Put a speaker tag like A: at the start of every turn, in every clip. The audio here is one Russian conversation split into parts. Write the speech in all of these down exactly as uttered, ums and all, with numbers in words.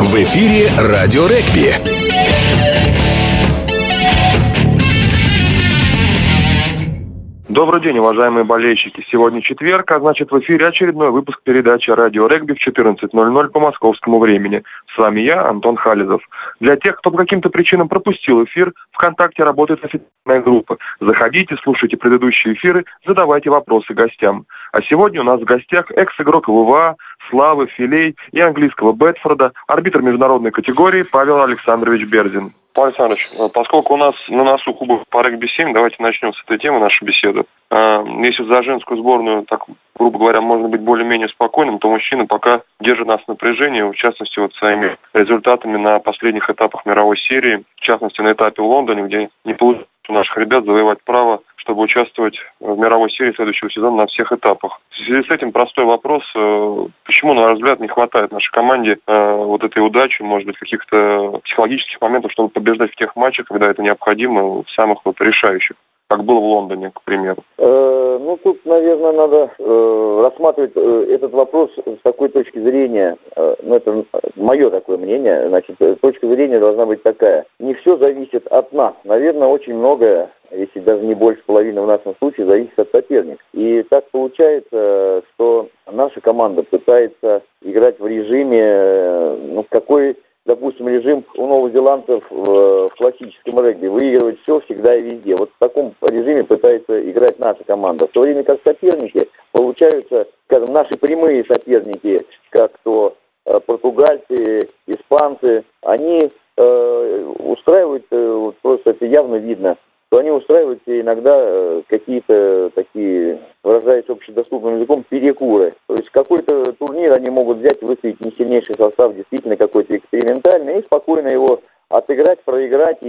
A: В эфире радио регби.
B: Добрый день, уважаемые болельщики. Сегодня четверг, а значит в эфире очередной выпуск передачи «Радио регби» в четырнадцать ноль ноль по московскому времени. С вами я, Антон Хализов. Для тех, кто по каким-то причинам пропустил эфир, ВКонтакте работает официальная группа. Заходите, слушайте предыдущие эфиры, задавайте вопросы гостям. А сегодня у нас в гостях экс-игрок ВВА, Славы, Филей и английского Бетфорда, арбитр международной категории Павел Александрович Берзин. Павел Александрович, поскольку у нас на носу Кубок по регби семь, давайте начнем с этой темы нашу беседу. Если за женскую сборную, так, грубо говоря, можно быть более-менее спокойным, то мужчины пока держат нас в напряжении, в частности, вот своими результатами на последних этапах мировой серии, в частности, на этапе в Лондоне, где не получилось у наших ребят завоевать право, чтобы участвовать в мировой серии следующего сезона на всех этапах. В связи с этим простой вопрос, почему, на ваш взгляд, не хватает нашей команде вот этой удачи, может быть, каких-то психологических моментов, чтобы побеждать в тех матчах, когда это необходимо, в самых вот решающих, как было в Лондоне, к примеру?
C: Э, ну, тут, наверное, надо э, рассматривать э, этот вопрос с такой точки зрения, э, ну, это мое такое мнение, значит, точка зрения должна быть такая. Не все зависит от нас. Наверное, очень многое, если даже не больше половины в нашем случае, зависит от соперника. И так получается, что наша команда пытается играть в режиме, ну, в какой... Допустим, режим у новозеландцев в, в классическом регби. Выигрывать все, всегда и везде. Вот в таком режиме пытается играть наша команда. В то время как соперники получаются, скажем, наши прямые соперники, как то э, португальцы, испанцы, они э, устраивают, э, вот просто это явно видно, что они устраивают иногда э, какие-то такие, выражаясь общедоступным языком, перекуры. То есть какой-то турнир они могут взять, выставить не сильнейший состав, действительно какой-то экспериментальный, и спокойно его отыграть, проиграть,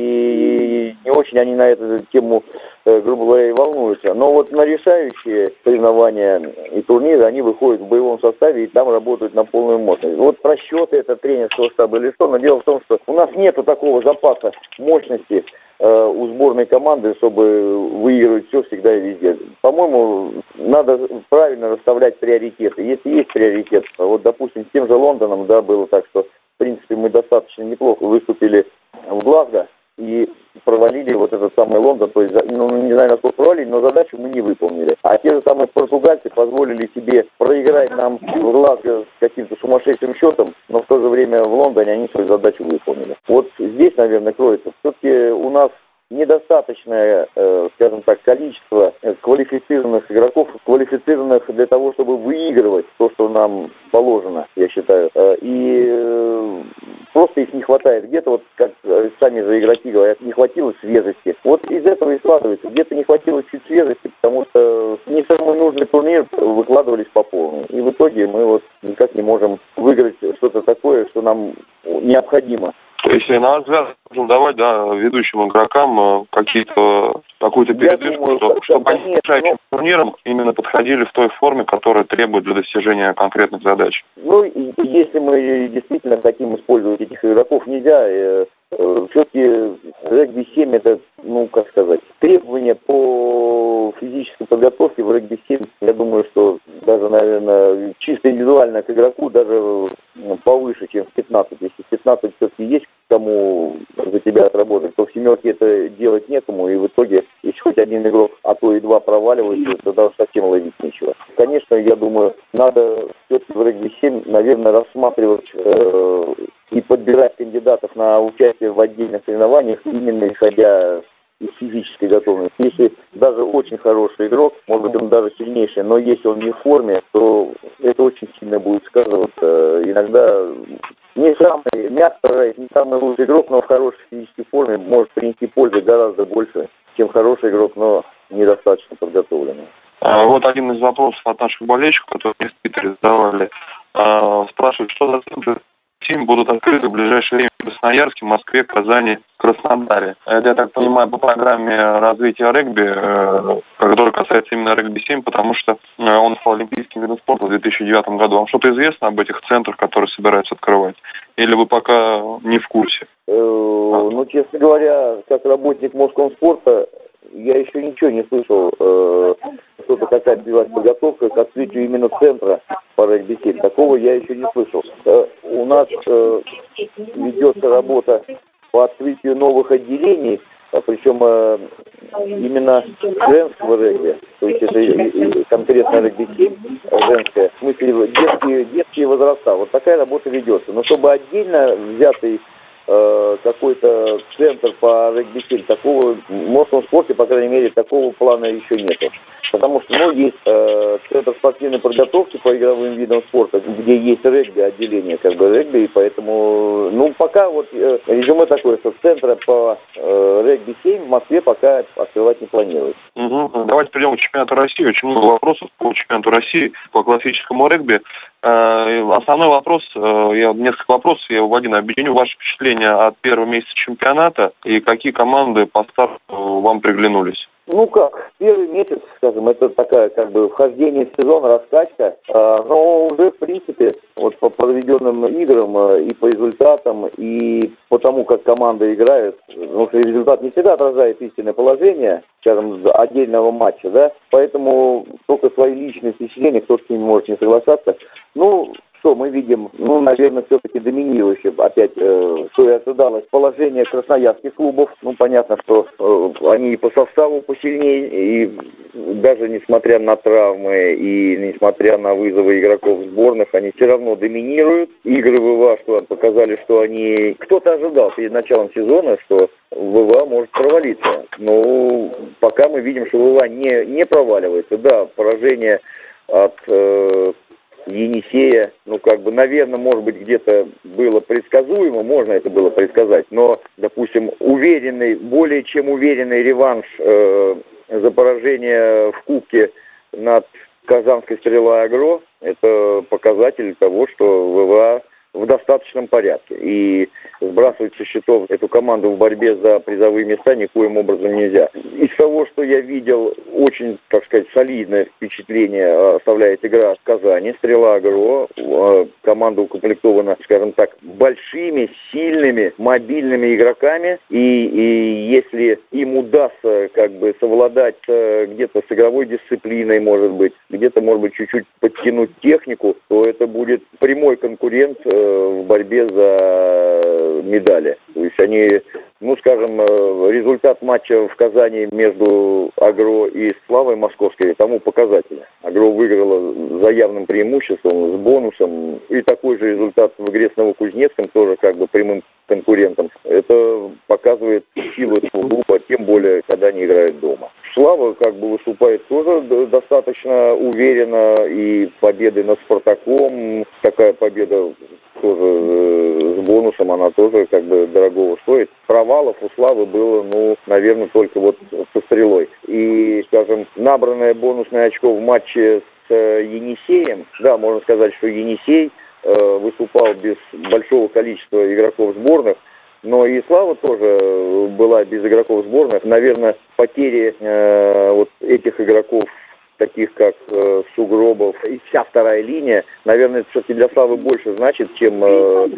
C: и не очень они на эту тему, э, грубо говоря, и волнуются. Но вот на решающие соревнования и турниры они выходят в боевом составе и там работают на полную мощность. Вот просчеты это тренерского штаба или что, но дело в том, что у нас нету такого запаса мощности э, у сборной команды, чтобы выигрывать все всегда и везде. По-моему, надо правильно расставлять приоритеты. Если есть приоритет, вот, допустим, с тем же Лондоном, да, было так, что в принципе, мы достаточно неплохо выступили в Глазго и провалили вот этот самый Лондон. То есть, ну, не знаю, насколько провалили, но задачу мы не выполнили. А те же самые португальцы позволили себе проиграть нам в Глазго с каким-то сумасшедшим счетом, но в то же время в Лондоне они свою задачу выполнили. Вот здесь, наверное, кроется. Все-таки у нас недостаточное, э, скажем так, количество квалифицированных игроков, квалифицированных для того, чтобы выигрывать то, что нам положено, я считаю. Э, и э, просто их не хватает. Где-то, вот как сами же игроки говорят, не хватило свежести. Вот из этого и складывается. Где-то не хватило чуть свежести, потому что не самый нужный турнир выкладывались по полной. И в итоге мы вот никак не можем выиграть что-то такое, что нам необходимо.
B: То есть, на ваш взгляд, нужно давать, да, ведущим игрокам какие-то, какую-то передышку, думаю, что, чтобы они к решающим турнирам именно подходили в той форме, которая требует для достижения конкретных задач.
C: Ну, и, если мы действительно хотим использовать этих игроков, нельзя. Э, э, все-таки регби семь это, ну, как сказать, требования по физической подготовке в регби семь, я думаю, что даже, наверное, чисто индивидуально к игроку даже повыше, чем в пятнадцать. Если в пятнадцать все-таки есть кому за тебя отработать, то в семерке это делать некому, и в итоге, если хоть один игрок, а то и два проваливается, тогда уж совсем ловить нечего. Конечно, я думаю, надо все-таки в регби семь, наверное, рассматривать э, и подбирать кандидатов на участие в отдельных соревнованиях, именно исходя из физической готовности. Если даже очень хороший игрок, может быть, он даже сильнейший, но если он не в форме, то это очень сильно будет сказываться. Иногда не самый, мягко говоря, не самый лучший игрок, но в хорошей физической форме может принести пользу гораздо больше, чем хороший игрок, но недостаточно подготовленный.
B: А, вот один из вопросов от наших болельщиков, которые мне в Твиттере задавали, а, спрашивают, что за центры семь будут открыты в ближайшее время в Красноярске, Москве, Казани, Краснодаре. Это, я так понимаю, по программе развития регби, которая касается именно регби семь, потому что он стал олимпийским видом спорта в две тысячи девятом году. Вам что-то известно об этих центрах, которые собираются открывать? Или вы пока не в курсе?
C: Ну, честно говоря, как работник Москомспорта, я еще ничего не слышал, что-то какая-то подготовка к открытию именно центра по регби-семь. Такого я еще не слышал. Э, у нас э, ведется работа по открытию новых отделений, причем э, именно женского регби, то есть это э, конкретно регби-семь женское, в смысле детские, детские возраста. Вот такая работа ведется. Но чтобы отдельно взятый э, какой-то центр по регби-семь, такого в морском спорте, по крайней мере, такого плана еще нету. Потому что, ну, есть э, центр спортивной подготовки по игровым видам спорта, где есть регби, отделение как бы регби, и поэтому, ну, пока вот э, резюме такое, что центра по э, регби-семь в Москве пока открывать не планируют.
B: Угу. Давайте перейдем к чемпионату России. Очень много вопросов по чемпионату России, по классическому регби. Э, основной вопрос, э, я несколько вопросов, я его в один объединю. Ваши впечатления от первого месяца чемпионата и какие команды по старту вам приглянулись?
C: Ну как, первый месяц, скажем, это такая как бы вхождение в сезон, раскачка, а, но уже в принципе вот по проведенным играм а, и по результатам, и по тому, как команда играет, потому что результат не всегда отражает истинное положение, скажем, отдельного матча, да, поэтому только свои личные впечатления, кто-то с ними может не соглашаться. Ну, что мы видим, ну, наверное, все-таки доминирующее, опять, э, что и ожидалось, положение красноярских клубов. Ну, понятно, что э, они и по составу посильнее, и даже несмотря на травмы и несмотря на вызовы игроков сборных, они все равно доминируют. Игры ВВА что показали, что они... Кто-то ожидал перед началом сезона, что ВВА может провалиться. Но пока мы видим, что ВВА не, не проваливается. Да, поражение от... Э, Енисея, ну, как бы, наверное, может быть, где-то было предсказуемо, можно это было предсказать, но, допустим, уверенный, более чем уверенный реванш э, за поражение в Кубке над Казанской Стрелой Агро, это показатель того, что ВВА в достаточном порядке. И сбрасывать со счетов эту команду в борьбе за призовые места никоим образом нельзя. Из того, что я видел, очень, так сказать, солидное впечатление оставляет игра в Казани. Стрела Агро. Команда укомплектована, скажем так, большими, сильными, мобильными игроками. И, и если им удастся как бы совладать где-то с игровой дисциплиной, может быть, где-то, может быть, чуть-чуть подтянуть технику, то это будет прямой конкурент в борьбе за медали. То есть они, ну, скажем, результат матча в Казани между Агро и Славой Московской тому показательно. Агро выиграла за явным преимуществом, с бонусом, и такой же результат в игре с Новокузнецком, тоже как бы прямым конкурентом. Это показывает силу этого клуба, тем более, когда они играют дома. Слава как бы выступает тоже достаточно уверенно, и победы над Спартаком, такая победа тоже э, с бонусом, она тоже как бы дорогого стоит. Провалов у Славы было, ну, наверное, только вот со Стрелой. И, скажем, набранное бонусное очко в матче с э, Енисеем, да, можно сказать, что Енисей э, выступал без большого количества игроков сборных, но и Слава тоже была без игроков сборных. Наверное, потери э, вот этих игроков, таких как э, Сугробов и вся вторая линия, наверное, это все-таки для Славы больше значит, чем э,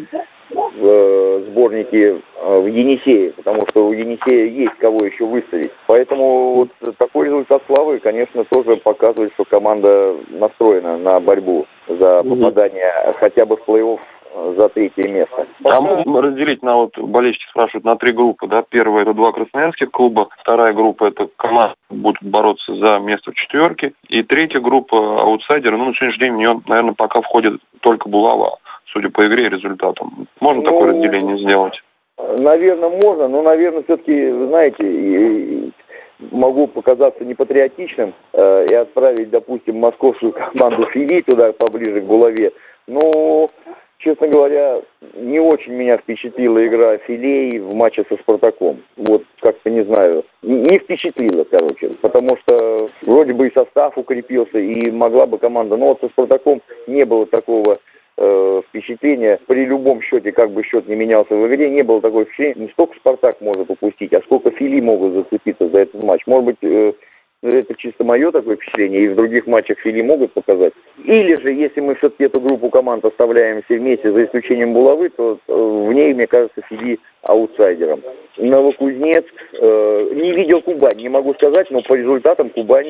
C: э, сборники э, в Енисее, потому что у Енисея есть кого еще выставить. Поэтому вот такой результат Славы, конечно, тоже показывает, что команда настроена на борьбу за попадание хотя бы в плей-офф за третье место.
B: А можно разделить на, вот болельщики спрашивают, на три группы, да? Первая — это два красноярских клуба, вторая группа — это команда будут бороться за место в четверке, и третья группа — аутсайдеры. Ну, на сегодняшний день в нее, наверное, пока входит только Булава, судя по игре и результатам. Можно ну, такое разделение сделать?
C: Наверное, можно, но, наверное, все-таки, вы знаете, могу показаться непатриотичным э, и отправить, допустим, московскую команду Фили туда поближе к Булаве. Но, честно говоря, не очень меня впечатлила игра Филей в матче со Спартаком. Вот, как-то не знаю, не впечатлила, короче, потому что вроде бы и состав укрепился, и могла бы команда, но вот со Спартаком не было такого э, впечатления. При любом счете, как бы счет не менялся в игре, не было такого впечатления, не столько Спартак может упустить, а сколько Фили могут зацепиться за этот матч. Может быть, э, это чисто мое такое впечатление, и в других матчах Фили могут показать Или же, если мы все-таки эту группу команд оставляем все вместе, за исключением Булавы, то в ней, мне кажется, Фиди аутсайдером. Новокузнецк, э, не видел Кубань, не могу сказать, но по результатам Кубань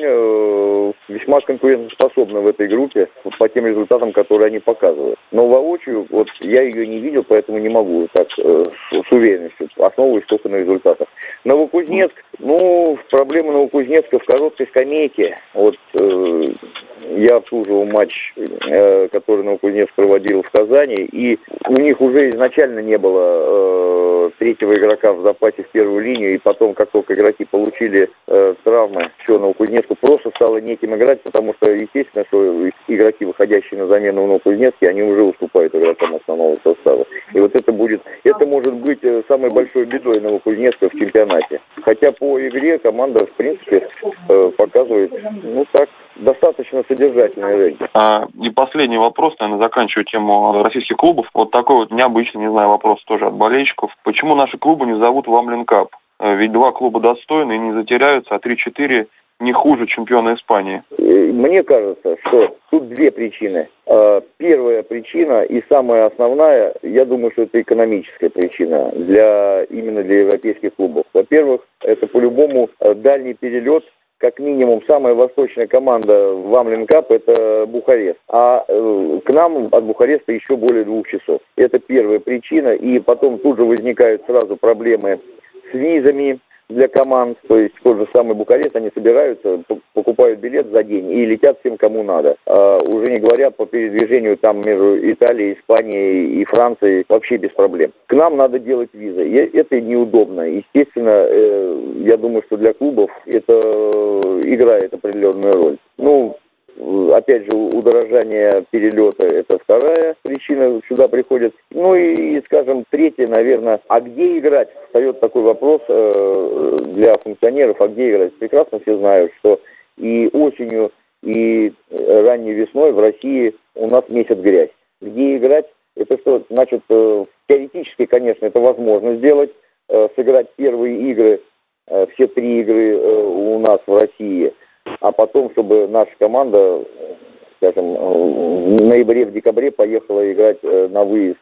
C: э, весьма конкурентоспособна в этой группе, вот по тем результатам, которые они показывают. Но воочию, вот я ее не видел, поэтому не могу так э, с, с уверенностью, основываясь только на результатах. Новокузнецк, ну, проблема Новокузнецка в короткой скамейке. Вот э, я обслуживал матч, э, который Новокузнецк проводил в Казани, и у них уже изначально не было э, третьего игрока в запасе в первую линию, и потом, как только игроки получили э, травмы, все, Новокузнецку просто стало неким играть, потому что, естественно, что игроки, выходящие на замену в Новокузнецке, они уже уступают игрокам основного состава. И вот это будет, это может быть самой большой бедой Новокузнецка в чемпионате. Хотя по игре команда, в принципе, э, показывает, ну так, достаточно содержательный рейтинг.
B: А, и последний вопрос, наверное, заканчиваю тему российских клубов. Вот такой вот необычный, не знаю, вопрос тоже от болельщиков. Почему наши клубы не зовут в Амлин Кап? Ведь два клуба достойны и не затеряются, а три-четыре не хуже чемпиона Испании.
C: Мне кажется, что тут две причины. Первая причина и самая основная, я думаю, что это экономическая причина для, именно для европейских клубов. Во-первых, это по-любому дальний перелет. Как минимум, самая восточная команда в Амлин Кап – это Бухарест. А э, к нам от Бухареста еще более двух часов. Это первая причина. И потом тут же возникают сразу проблемы с визами для команд. То есть тот же самый Бухарест, они собираются, покупают билет за день и летят всем, кому надо. А уже не говоря по передвижению там между Италией, Испанией и Францией вообще без проблем. К нам надо делать визы. Это неудобно. Естественно, э, я думаю, что для клубов это играет определенную роль. Ну, опять же, удорожание перелета – это вторая причина, сюда приходят. Ну и, скажем, третья, наверное, а где играть? Встает такой вопрос э, для функционеров, а где играть? Прекрасно все знают, что и осенью, и ранней весной в России у нас месяц грязь. Где играть? Это что, значит, э, теоретически, конечно, это возможно сделать, э, сыграть первые игры, э, все три игры э, у нас в России, а потом, чтобы наша команда, скажем, в ноябре, в декабре поехала играть на выезд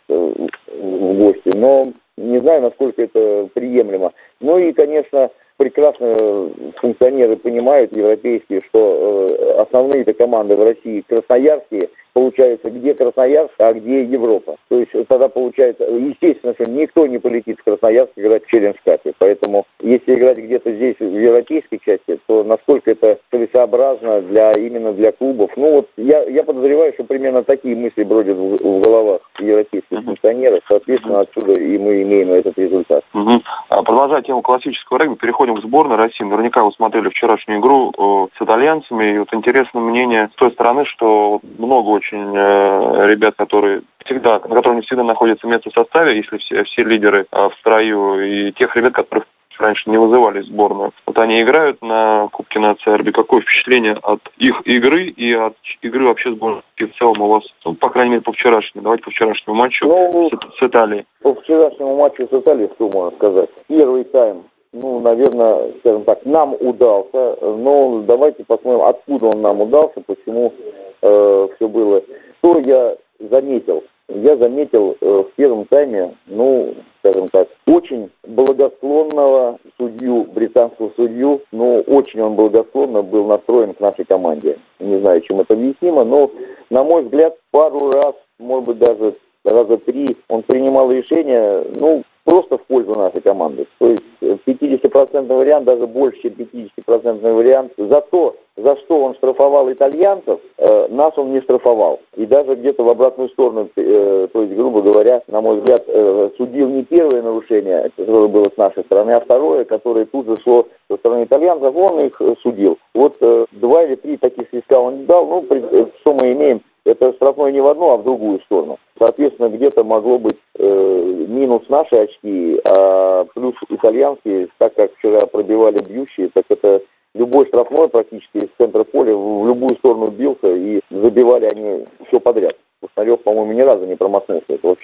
C: в гости. Но не знаю, насколько это приемлемо. Ну и, конечно, прекрасно функционеры понимают, европейские, что основные-то команды в России красноярские. Получается, где Красноярск, а где Европа. То есть тогда получается, естественно, что никто не полетит в Красноярск играть в челлендж-капе. Поэтому, если играть где-то здесь, в европейской части, то насколько это целесообразно для, именно для клубов. Ну вот, я, я подозреваю, что примерно такие мысли бродят в, в головах европейских uh-huh. функционеров. Соответственно, отсюда и мы имеем этот результат.
B: Uh-huh. Продолжая тему классического регби, переходим к сборной России. Наверняка вы смотрели вчерашнюю игру э, с итальянцами. И вот интересно мнение с той стороны, что много очень э, ребят, которые всегда, на которых не всегда находится место в составе, если все, все лидеры э, в строю, и тех ребят, которых раньше не вызывали в сборную. Вот они играют на Кубке нации эр би. Какое впечатление от их игры и от игры вообще сборной в целом у вас, ну, по крайней мере, по вчерашнему? Давайте по вчерашнему матчу ну, с, с Италией.
C: По вчерашнему матчу с Италией, что можно сказать? Первый тайм, ну, наверное, скажем так, нам удался, но давайте посмотрим, откуда он нам удался, почему э, все было. Что я заметил? Я заметил э, в первом тайме, ну, скажем так, очень благосклонного судью, британского судью, но очень он благосклонно был настроен к нашей команде. Не знаю, чем это объяснимо, но, на мой взгляд, пару раз, может быть, даже раза три, он принимал решения, ну, просто в пользу нашей команды. То есть пятидесятипроцентный вариант, даже больше, чем пятидесятипроцентный вариант. За то, за что он штрафовал итальянцев, э, нас он не штрафовал. И даже где-то в обратную сторону, э, то есть, грубо говоря, на мой взгляд, э, судил не первое нарушение, которое было с нашей стороны, а второе, которое тут же шло со стороны итальянцев, он их судил. Вот э, два или три таких свистка он не дал. Ну, при, что мы имеем? Это штрафной не в одну, а в другую сторону. Соответственно, где-то могло быть э, минус наши очки, а плюс итальянские, так как вчера пробивали бьющие, так это любой штрафной практически из центра поля в, в любую сторону бился, и забивали они все подряд. Куснарев, по-моему, ни разу не промахнулся, это вообще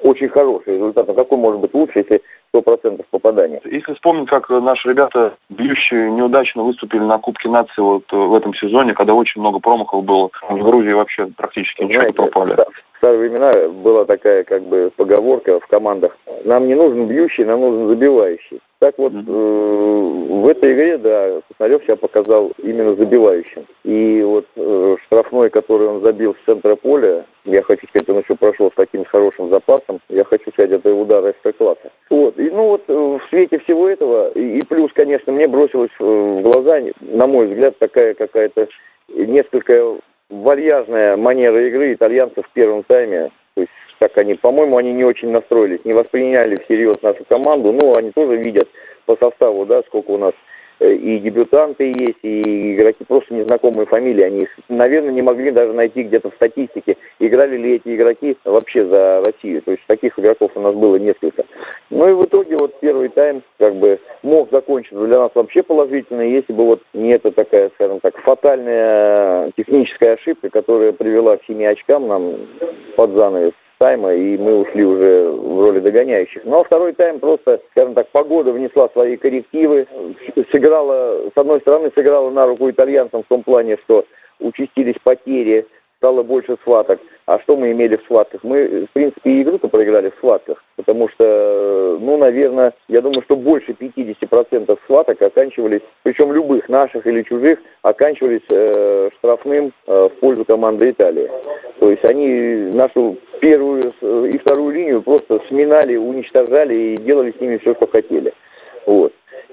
C: очень хороший результат. Но какой может быть лучше, если сто процентов попадания?
B: Если вспомнить, как наши ребята, бьющие, неудачно выступили на Кубке нации вот в этом сезоне, когда очень много промахов было, в Грузии вообще практически ничего не пропали.
C: В старые времена была такая как бы поговорка в командах: нам не нужен бьющий, нам нужен забивающий. Так вот, mm-hmm. э, в этой игре, да, Кушнарев себя показал именно забивающим. И вот э, штрафной, который он забил с центра поля, я хочу сказать, он еще прошел с таким хорошим запасом, я хочу сказать, это удар экстра-класса. Вот, и ну вот в свете всего этого, и, и плюс, конечно, мне бросилось в глаза, на мой взгляд, такая какая-то несколько вальяжная манера игры итальянцев в первом тайме. То есть, как они, по-моему, они не очень настроились, не восприняли всерьез нашу команду. Ну, они тоже видят по составу, да, сколько у нас и дебютанты есть, и игроки просто незнакомые фамилии. Они, наверное, не могли даже найти где-то в статистике, играли ли эти игроки вообще за Россию. То есть таких игроков у нас было несколько. Ну и в итоге вот первый тайм как бы мог закончиться для нас вообще положительно, если бы вот не эта такая, скажем так, фатальная техническая ошибка, которая привела к семи очкам нам под занавес тайма, и мы ушли уже в роли догоняющих. Ну а второй тайм просто, скажем так, погода внесла свои коррективы, сыграла, с одной стороны, сыграла на руку итальянцам в том плане, что участились потери, стало больше схваток. А что мы имели в схватках? Мы, в принципе, и игру-то проиграли в схватках, потому что, ну, наверное, я думаю, что больше пятьдесят процентов схваток оканчивались, причем любых, наших или чужих, оканчивались э, штрафным э, в пользу команды Италии. То есть они нашу первую и вторую линию просто сминали, уничтожали и делали с ними все, что хотели. Вот.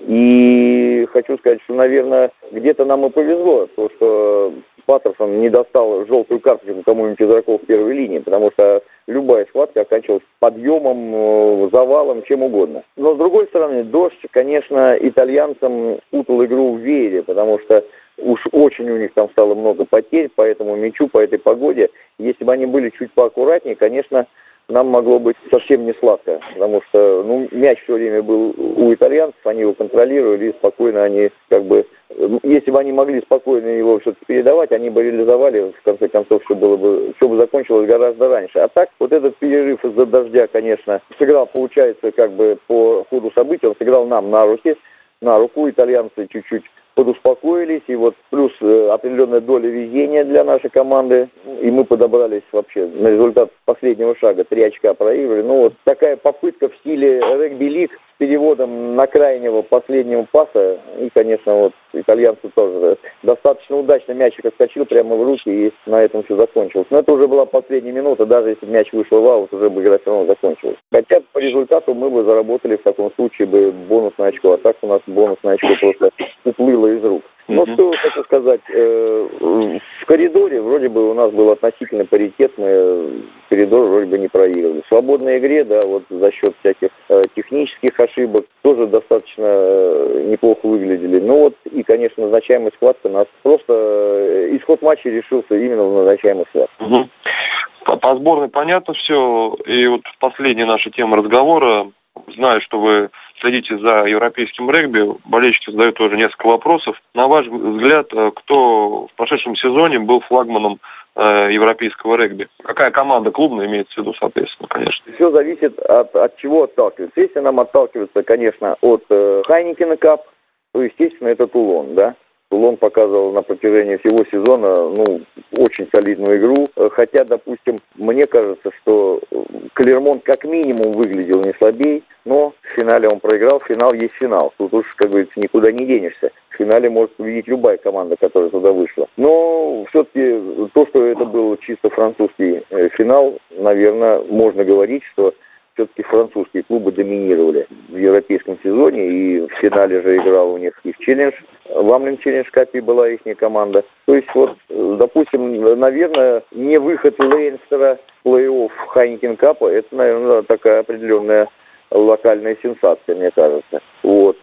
C: И хочу сказать, что, наверное, где-то нам и повезло, то, что Паттерсон не достал желтую карточку кому-нибудь из игроков первой линии, потому что любая схватка оканчивалась подъемом, завалом, чем угодно. Но, с другой стороны, дождь, конечно, итальянцам спутал игру в веере, потому что уж очень у них там стало много потерь по этому мячу, по этой погоде. Если бы они были чуть поаккуратнее, конечно, нам могло быть совсем не сладко, потому что, ну, мяч все время был у итальянцев, они его контролировали, и спокойно они, как бы, если бы они могли спокойно его все-таки передавать, они бы реализовали, в конце концов, все было бы, все бы закончилось гораздо раньше. А так, вот этот перерыв из-за дождя, конечно, сыграл, получается, как бы по ходу событий, он сыграл нам на руки, на руку, итальянцы чуть-чуть подуспокоились, и вот плюс э, определенная доля везения для нашей команды, и мы подобрались вообще на результат последнего шага, три очка проиграли. Ну вот такая попытка в стиле регби-лиг с переводом на крайнего последнего паса, и, конечно, вот итальянцы тоже достаточно удачно мячик отскочил прямо в руки, и на этом все закончилось. Но это уже была последняя минута, даже если бы мяч вышел в аут, уже бы игра все равно закончилась. Хотя по результату мы бы заработали в таком случае бы бонусное очко, а так у нас бонусное очко просто уплыло из рук. Но mm-hmm. что хочу сказать, э, в коридоре вроде бы у нас был относительно паритет, мы коридор вроде бы не проигрывали. В свободной игре, да, вот за счет всяких э, технических ошибок тоже достаточно э, неплохо выглядели. Ну вот и, конечно, назначаемая схватка нас просто, э, исход матча решился именно в назначаемой схватке.
B: Mm-hmm. По, по сборной понятно все, и вот последняя наша тема разговора. Знаю, что вы следите за европейским регби, болельщики задают тоже несколько вопросов. На ваш взгляд, кто в прошедшем сезоне был флагманом э, европейского регби? Какая команда клубная имеется в виду, соответственно, конечно?
C: Все зависит от, от чего отталкиваться. Если нам отталкиваться, конечно, от э, Хайникена Кап, то, естественно, это Тулон, да? Тулон показывал на протяжении всего сезона, ну, очень солидную игру. Хотя, допустим, мне кажется, что Клермонт как минимум выглядел не слабей, но в финале он проиграл. Финал есть финал. Тут уж, как говорится, никуда не денешься. В финале может победить любая команда, которая туда вышла. Но все-таки то, что это был чисто французский финал, наверное, можно говорить, что все-таки французские клубы доминировали в европейском сезоне, и в финале же играл у них и в челлендж, в Амлин Челлендж Капе была их команда. То есть вот, допустим, наверное, не выход Лейнстера в плей-офф Хайникен Капа, это, наверное, такая определенная локальная сенсация, мне кажется. Вот.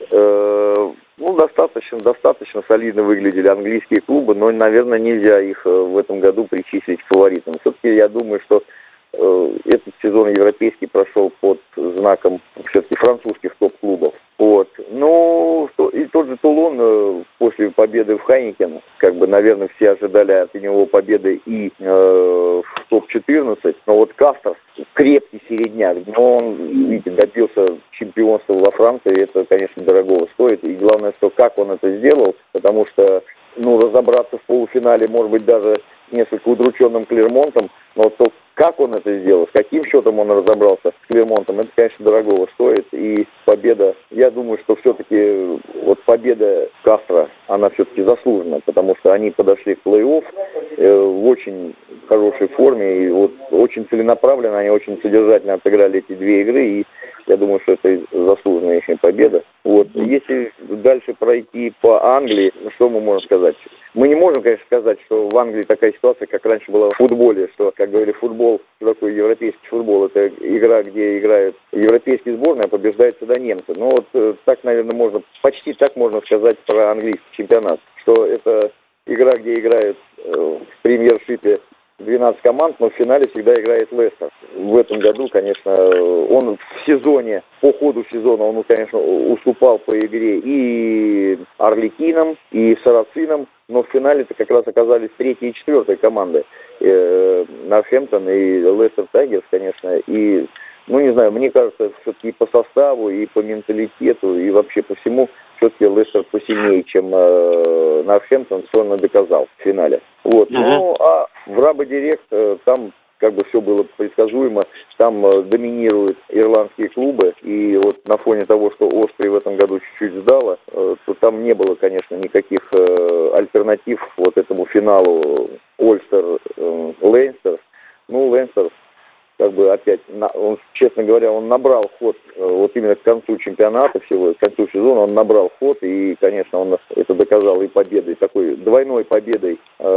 C: Ну, достаточно, достаточно солидно выглядели английские клубы, но, наверное, нельзя их в этом году причислить к фаворитам. Все-таки я думаю, что этот сезон европейский прошел под знаком все-таки французских топ-клубов. Вот. Ну, и тот же Тулон после победы в Хайникен, как бы, наверное, все ожидали от него победы и э, в топ четырнадцать. Но вот Кастерс, крепкий середняк, но он, видите, добился чемпионства во Франции, это, конечно, дорогого стоит. И главное, что как он это сделал, потому что, ну, разобраться в полуфинале, может быть, даже несколько удрученным Клермонтом, но то, как он это сделал, с каким счетом он разобрался с Клермонтом, это, конечно, дорогого стоит. И победа, я думаю, что все-таки вот победа Кастро, она все-таки заслужена, потому что они подошли к плей-офф э, в очень хорошей форме, и вот очень целенаправленно, они очень содержательно отыграли эти две игры, и я думаю, что это заслуженная их победа. Вот. Если дальше пройти по Англии, что мы можем сказать? Мы не можем, конечно, сказать, что в Англии такая ситуация, как раньше была в футболе, что, как говорили, футбол, что такое европейский футбол, это игра, где играют европейские сборные, а побеждают всегда немцы. Но вот э, так, наверное, можно, почти так можно сказать про английский чемпионат, что это игра, где играют э, в премьер-шипе двенадцать команд, но в финале всегда играет Лестер. В этом году, конечно, он в сезоне, по ходу сезона, он, конечно, уступал по игре и Арлекинам, и Сарацинам, но в финале-то как раз оказались третьей и четвертой команды. Э, Нортхэмптон и Лестер Тайгерс, конечно, и, ну, не знаю, мне кажется, все-таки по составу, и по менталитету, и вообще по всему, все-таки Лестер посильнее, чем э, Нортхэмптон, что он доказал в финале. Вот. Uh-huh. Ну, а в Раба Директ э, там как бы все было предсказуемо, там э, доминируют ирландские клубы, и вот на фоне того, что Оспри в этом году чуть-чуть сдала, э, то там не было, конечно, никаких э, альтернатив вот этому финалу Ольстер-Лейнстер. Э, ну, Лейнстер, как бы опять, он, честно говоря, он набрал ход вот именно к концу чемпионата всего, к концу сезона он набрал ход, и, конечно, он это доказал и победой, такой двойной победой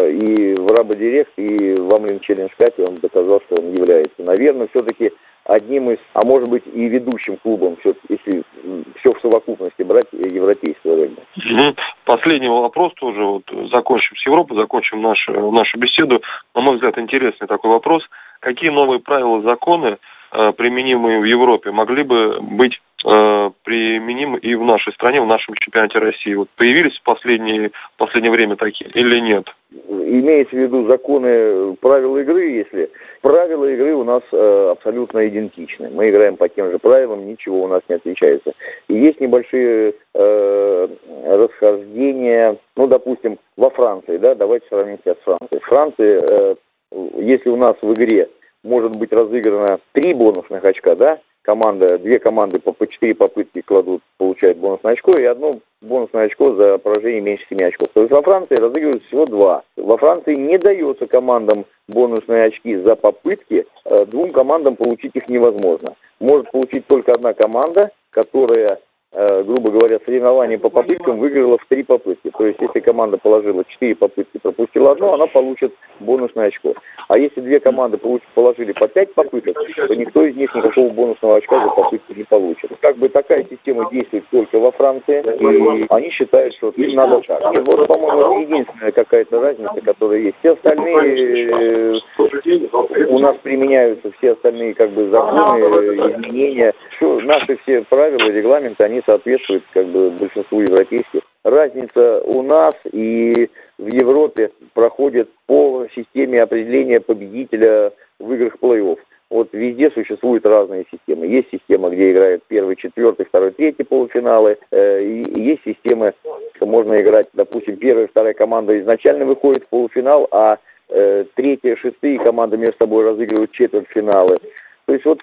C: и в Раба Директ, и в Амлин Челлендж Капе он доказал, что он является, наверное, все-таки одним из, а может быть и ведущим клубом, если все в совокупности брать европейского регби.
B: Последний вопрос тоже, вот закончим с Европы, закончим нашу, нашу беседу. На мой взгляд, интересный такой вопрос. Какие новые правила, законы, э, применимые в Европе, могли бы быть э, применимы и в нашей стране, в нашем чемпионате России? Вот появились в последнее, в последнее время такие или нет?
C: Имеется в виду законы, правила игры, если... Правила игры у нас э, абсолютно идентичны. Мы играем по тем же правилам, ничего у нас не отличается. И есть небольшие э, расхождения, ну, допустим, во Франции, да, давайте сравним себя с Францией. В Франции, э, если у нас в игре может быть разыграно три бонусных очка, да, команда, две команды по, по четыре попытки кладут, получают бонусное очко, и одно бонусное очко за поражение меньше семи очков. То есть во Франции разыгрывают всего два. Во Франции не дается командам бонусные очки за попытки, двум командам получить их невозможно. Может получить только одна команда, которая, грубо говоря, соревнование по попыткам выиграла в три попытки. То есть, если команда положила четыре попытки, пропустила одну, она получит бонусное очко. А если две команды положили по пять попыток, то никто из них никакого бонусного очка за попытки не получит. Как бы такая система действует только во Франции, и они считают, что им надо так. И вот, по-моему, это единственная какая-то разница, которая есть. Все остальные у нас применяются, все остальные как бы законы, изменения. Все, наши все правила, регламенты, они соответствуют как бы большинству европейских. Разница у нас и в Европе проходит по системе определения победителя в играх плей-офф. Вот везде существуют разные системы. Есть система, где играют первый, четвертый, второй, третий полуфиналы. И есть системы, что можно играть, допустим, первая, вторая команда изначально выходит в полуфинал, а третья, шестая команда между собой разыгрывают четвертьфиналы. То есть вот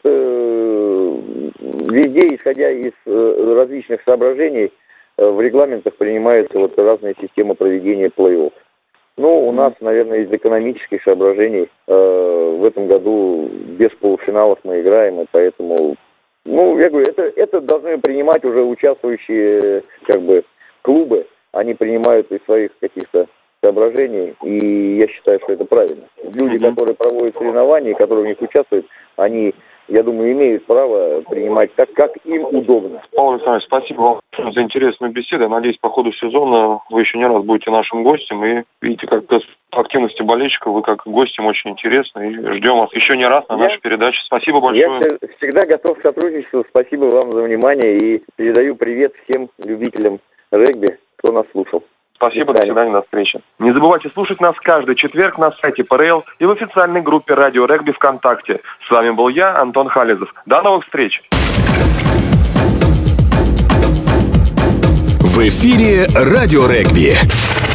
C: э, везде, исходя из э, различных соображений, э, в регламентах принимаются вот разные системы проведения плей-офф. Ну, у нас, наверное, из экономических соображений э, в этом году без полуфиналов мы играем, и поэтому, ну, я говорю, это, это должны принимать уже участвующие как бы клубы, они принимают из своих каких-то соображений, и я считаю, что это правильно. Люди, mm-hmm. которые проводят соревнования, которые в них участвуют, они, я думаю, имеют право принимать так, как им удобно.
B: Павел Александрович, спасибо вам за интересную беседу. Я надеюсь, по ходу сезона вы еще не раз будете нашим гостем, и видите, как активности болельщиков, вы как гостем очень интересны, и ждем вас еще не раз на я, нашей передаче. Спасибо большое.
C: Я всегда готов к сотрудничеству. Спасибо вам за внимание, и передаю привет всем любителям регби, кто нас слушал.
B: Спасибо, до свидания, до встречи. Не забывайте слушать нас каждый четверг на сайте ПРЛ и в официальной группе Радио Регби ВКонтакте. С вами был я, Антон Хализов. До новых встреч!
A: В эфире Радио Регби.